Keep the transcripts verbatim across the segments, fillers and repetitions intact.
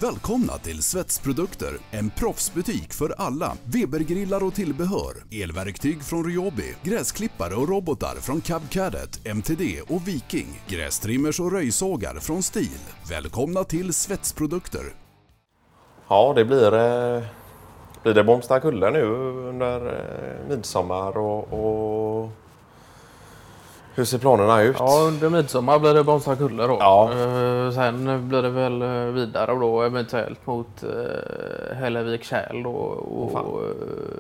Välkomna till Svetsprodukter, en proffsbutik för alla. Webergrillar och tillbehör, elverktyg från Ryobi, gräsklippare och robotar från Cabcadet, M T D och Viking, grästrimmers och röjsågar från Stil. Välkomna till Svetsprodukter. Ja, det blir, eh, blir det Bomstakulle nu under eh, midsommar och, och hur ser planerna ut? Ja, under midsommar blir det Bomstakulle då. Ja. Eh, sen blir det väl vidare då eventuellt mot eh, Hällevik Kärl då. Och, oh, eh,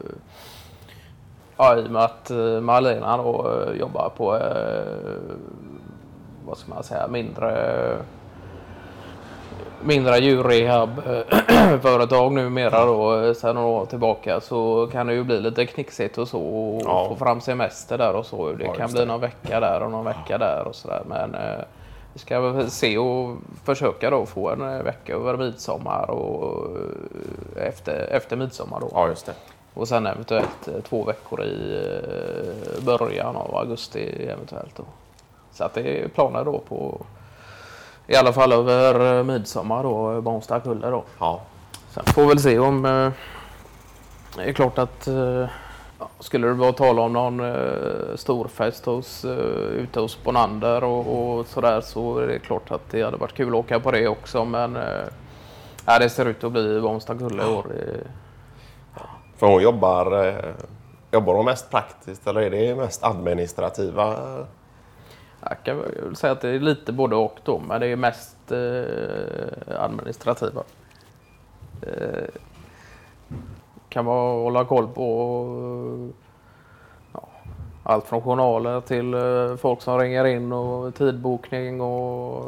ja, i och med att eh, Malena då eh, jobbar på eh, vad ska man säga, mindre mindre djurrehab-företag numera då, sen några år tillbaka, så kan det ju bli lite knixigt och så och ja. få fram semester där och så. Det ja, kan bli det. någon vecka där och någon vecka där och sådär, men eh, vi ska väl se och försöka då få en vecka över midsommar och efter, efter midsommar då. Ja, just det. Och sen eventuellt två veckor i början av augusti eventuellt då. Så att det är planer då på i alla fall över midsommar då, Bomstakulle då. Ja. Sen får vi väl se om eh, det är klart att eh, skulle det vara tal om någon eh, storfest hos, eh, ute hos Bonander och, och sådär, så är det klart att det hade varit kul att åka på det också, men eh, det ser ut att bli Bomstakulle i år. Ja. För hon jobbar, eh, jobbar hon mest praktiskt eller är det mest administrativa? Jag kan väl säga att det är lite både och då, men det är mest eh, administrativa. Eh, kan vara hålla koll på ja, allt från journaler till eh, folk som ringer in och tidbokning och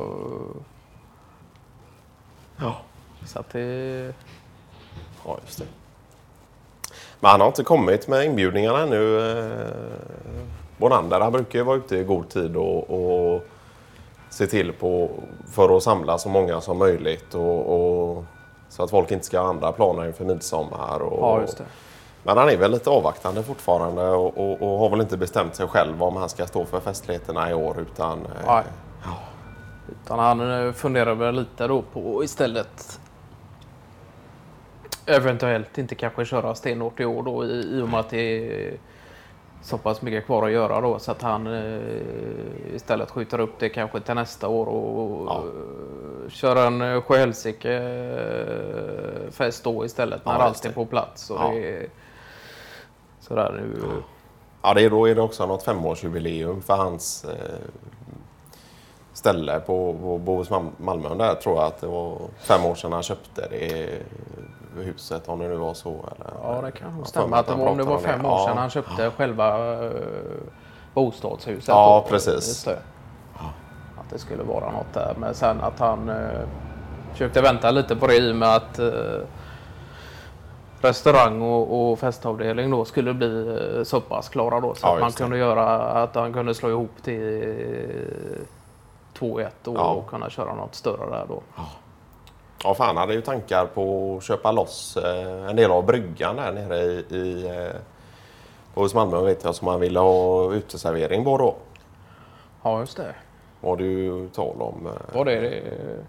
ja, så att det ja, just det. Men han har inte kommit med inbjudningarna ännu. Eh... Bonander, han brukar ju vara ute i god tid och, och se till på för att samla så många som möjligt och, och så att folk inte ska ha andra planer inför midsommar. Och, ja, just det. Men han är väl lite avvaktande fortfarande och, och, och har väl inte bestämt sig själv om han ska stå för festligheterna i år, utan, ja. Ja. utan han funderar väl lite då på istället eventuellt inte kanske köra stenhårt i år då, i, i och med att det är så pass mycket kvar att göra då, så att han eh, istället skjuter upp det kanske till nästa år och ja. eh, kör en Sjöhälsike eh, fest då istället när ja, allt är på plats. Och ja. det är sådär nu. Ja, ja det är, då är det också något femårsjubileum för hans eh, ställe på, på Bohus Malmö. Där tror jag att det var fem år sedan han köpte det huset, om det nu var så. Eller, ja, det kan stämma att det var, om det var fem det. år sedan ja. han köpte ja. själva uh, bostadshuset. Ja, då, precis. Det. Ja. Att det skulle vara något där. Men sen att han uh, försökte vänta lite på det i och med att uh, restaurang och, och festavdelning då skulle bli uh, så pass klara då. Så ja, att man kunde göra, att han kunde slå ihop till uh, två ett och, ja. och kunna köra något större där då. Ja. Ja, för han hade ju tankar på att köpa loss eh, en del av bryggan där nere i, i eh, hos Malmö, vet jag, som han ville ha uteservering på då. Ja, just det. Var det ju tal om... Eh, var det det?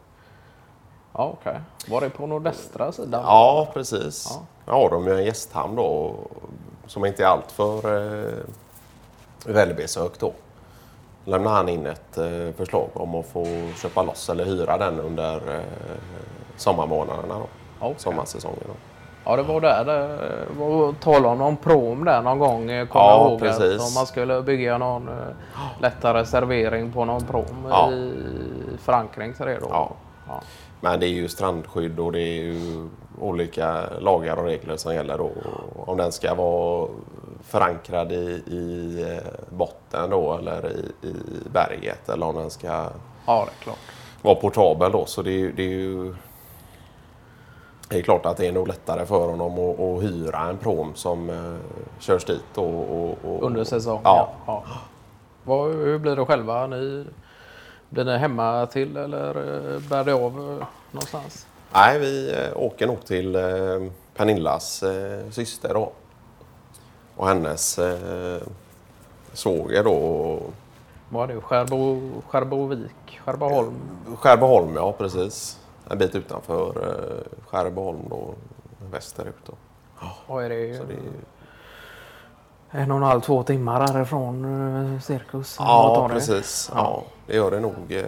Ja, okej. Okay. Var det på nordvästra sidan? Ja, precis. Ja, ja har de ju en gästhamn då som inte är allt för eh, välbesökt då. Lämnar han in ett eh, förslag om att få köpa loss eller hyra den under eh, sommarmånaderna då. Okay. Sommarsäsongen då. Ja, det var där det var tal om någon prom där någon gång, kom ja, jag ihåg, precis. Om man skulle bygga någon eh, lättare servering på någon prom ja. i förankring till det då. Ja. Ja. Men det är ju strandskydd och det är ju olika lagar och regler som gäller då. Om den ska vara förankrad i, i botten då eller i, i berget, eller om den ska ja, det är klart. vara portabel då. Så det är, det är ju det är klart att det är nog lättare för honom att, att hyra en prom som uh, körs dit. Och, och, och, under säsongen. Ja. Ja. Vad, hur blir det själva? Ni, blir ni hemma till eller bär det av någonstans? Nej, vi uh, åker nog till uh, Pernillas uh, syster då. Och hennes uh, svåger då. Vad är det? Skärbo, Skärbovik? Skärboholm? Skärboholm, ja precis. en bit utanför eh, Skärborholm då, västerut då. Vad är det? Så det är, En och en halv, två timmar härifrån uh, cirkus? ja, precis. Ja. Ja. det gör det nog. Eh,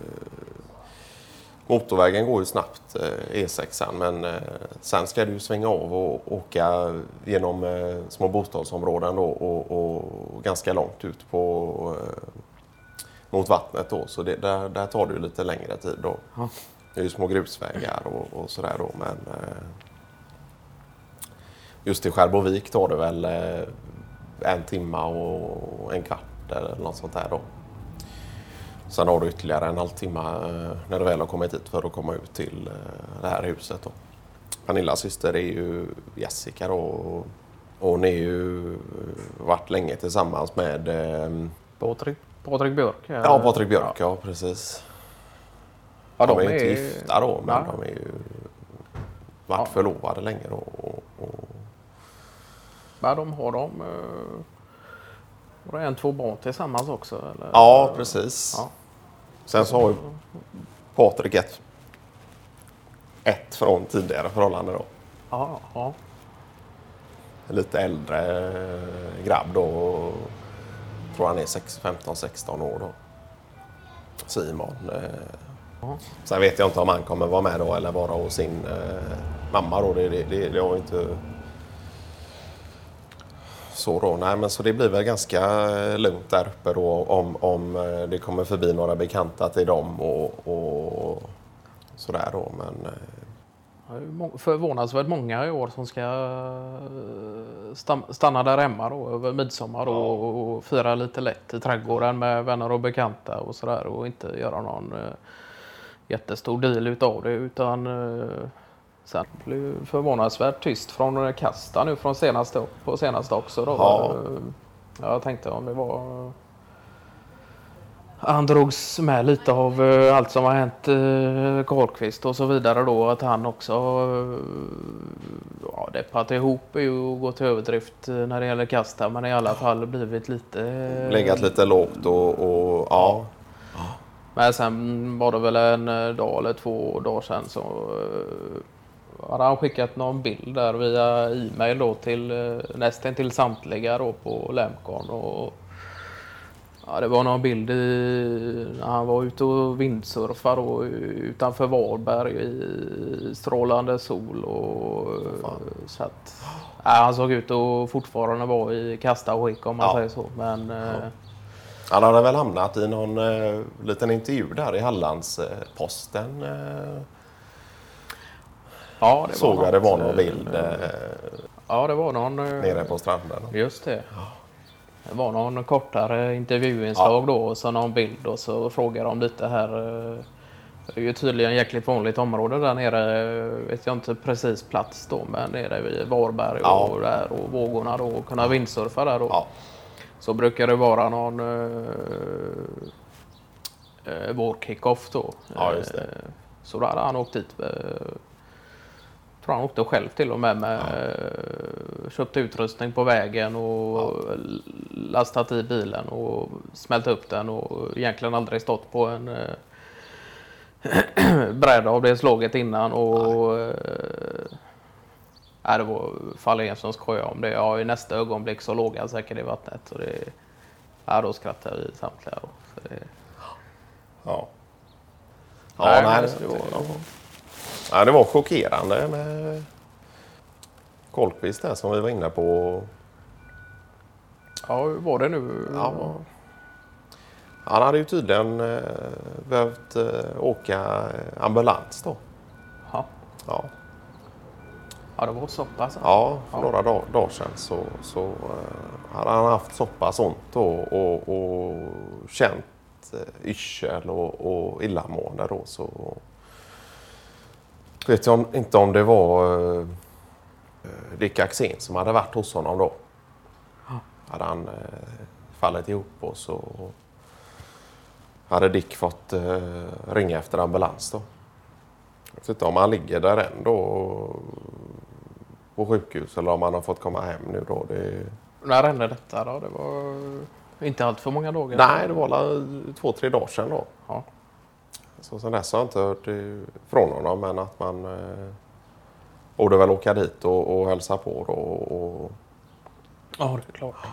motorvägen går ju snabbt, eh, E sexan, men eh, sen ska du svänga av och åka genom eh, små bostadsområden då, och, och ganska långt ut på eh, mot vattnet då, så det, där, där tar det ju lite längre tid då. Ja. Det är ju små grusvägar och, och sådär då, men eh, just till Skärborvik tar det väl eh, en timma och en kvart eller något sånt där då. Sen har du ytterligare en halvtimme eh, när du väl har kommit hit för att komma ut till eh, det här huset då. Pernillas syster är ju Jessica då, och hon är ju varit länge tillsammans med eh, Patrik, Patrik Björk? ja, Patrik Björk, ja, ja precis. Ja, de, de är ju är inte gifta då, men ja. de är ju varit ja. förlovade länge då. Och, och... Ja, de har de uh, en, två barn tillsammans också? Eller? Ja, precis. Ja. Sen så har ju Patrik ett, ett från tidigare förhållande då. Ja, ja. En lite äldre grabb då. Tror han är femton sexton år då. Simon. Ja. Sen vet jag inte om han kommer vara med då eller vara hos sin eh, mamma då. Det, det, det, det har inte så då. Nej, men så det blir väl ganska lugnt där uppe då om, om det kommer förbi några bekanta till dem och, och sådär då. Men eh. förvånansvärt många i år som ska stanna där hemma då över midsommar då, och fira lite lätt i trädgården med vänner och bekanta och sådär och inte göra någon eh, jättestor deal utav det, utan eh, sen blev förvånansvärt tyst från Kasta nu från senaste, på senaste också då. Ja. Jag tänkte om det var han drogs med lite av uh, allt som har hänt uh, Karlqvist och så vidare då, att han också uh, ja, deppat ihop och gått till överdrift uh, när det gäller Kasta, men i alla fall blivit lite uh, legat lite lågt och, och ja. ja. Men sen var det väl en uh, dag eller två dagar sedan så uh, hade han skickat någon bild där via e-mail då till uh, nästan till samtliga då på Lemcon, och ja, det var någon bild i, när han var ute och vindsurfade och utanför Varberg i strålande sol och så att, ja, han såg ut att fortfarande vara i kasta och skick om man ja. säger så, men ja. eh, han hade väl hamnat i någon eh, liten intervju där i Hallandsposten. Eh, ja, det såg var jag det var någon eh, bild eh, ja, det var någon nere på stranden. Just det. Ja. Det var någon kortare intervjuinslag ja. då, och så någon bild, och så frågade de lite här. Det är ju tydligen ett jäkligt vanligt område där nere, vet jag inte precis plats då, men nere vid Varberg och ja. där och vågorna då, och kunna vindsurfa där då. Ja. Så brukar det vara någon uh, uh, vår kick-off då. Ja, just det. Så då hade han åkt dit. Uh, tror han åkte själv till och med, med ja. köpte utrustning på vägen och ja. lastat i bilen och smält upp den och egentligen aldrig stått på en äh, bräda av det slaget innan, och äh, det var Fahlén som skojade om det. Ja, i nästa ögonblick så låg han säkert i vattnet, och det, ja, då skrattade vi samtliga då. Så det, ja. Ja, nej, nej, det var ja. Ja, det var chockerande med Karlqvist där som vi var inne på. Ja, hur var det nu? Ja. Han hade ju tydligen eh, behövt eh, åka ambulans då. Ja. Ja. Ja, det var så pass. Ja, för ja. några dag, dagar sedan så, så eh, hade han haft så pass ont då, och, och känt eh, yrsel och, och illamående då, så vet jag inte om det var uh, Dick Axén som hade varit hos honom då. Ja. Hade han uh, fallit ihop, och så hade Dick fått uh, ringa efter ambulans då. Jag vet inte om han ligger där ändå på sjukhus eller om han har fått komma hem nu då. Det... När hände detta då? Det var inte allt för många dagar. Nej, det var två, tre dagar sedan då. Ja. Så sen dess har jag inte hört från honom, men att man eh, borde väl åka dit och, och hälsa på då. Och... Ja, det är klart.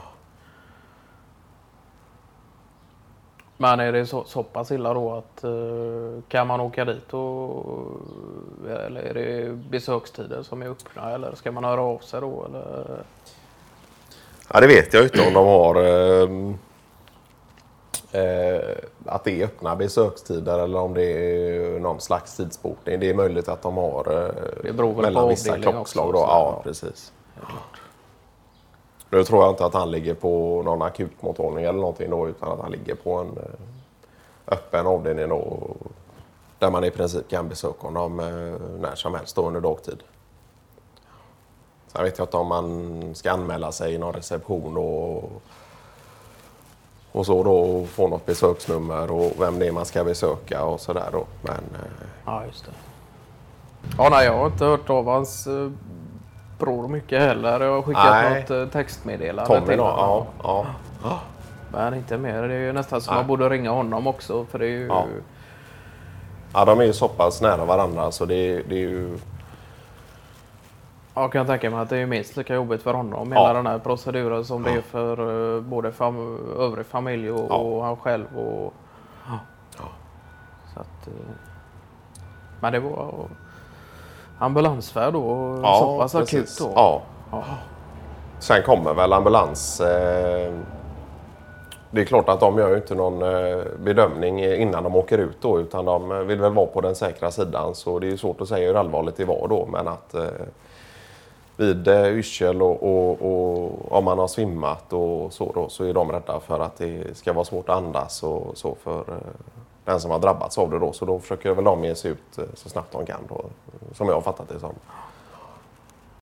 Men är det så, så pass illa då att uh, kan man åka dit och, eller är det besökstider som är öppna eller ska man höra av sig då? Eller? Ja, det vet jag inte om de har eh, eh, att det är öppna besökstider eller om det är någon slags tidsbokning. Det är möjligt att de har eh, det beror väl mellan på vissa klockslag. också, Då. så, Ja, ja, precis. Nu tror jag inte att han ligger på någon akutmottagning eller någonting då, utan att han ligger på en eh, öppen avdelning då, där man i princip kan besöka honom eh, när som helst då under dagtid. Sen vet jag inte om man ska anmäla sig i någon reception och, och så då och få något besöksnummer och vem det är man ska besöka och sådär då. Men, eh, ja, just det. Ja, nej, jag har inte hört av hans eh, bror mycket heller. Jag har skickat nej. något eh, textmeddelande Tommy till då, honom. ja, ja. Men inte mer. Det är ju nästan som nej. man borde ringa honom också. För det är ju... Ja. Ja, de är ju så pass nära varandra så det, det är ju... Ja, kan jag tänka mig att det är minst lika jobbigt för honom. Ja. Hela den här proceduren som Ja. det är för uh, både fam övrig familj och, Ja. och han själv. Och, Ja. så att, uh, men det var uh, ambulansfärd då. Och Ja, så pass akut precis. då. Ja. Ja. Sen kommer väl ambulans. Eh, det är klart att de gör ju inte någon eh, bedömning innan de åker ut då, utan de vill väl vara på den säkra sidan. Så det är ju svårt att säga hur allvarligt det var då, men att eh, vid eh, yrsel och, och, och om man har svimmat och så då, så är de rädda för att det ska vara svårt att andas och så för eh, den som har drabbats av det då. Så då försöker väl de ge sig ut eh, så snabbt de kan då, som jag har fattat det som.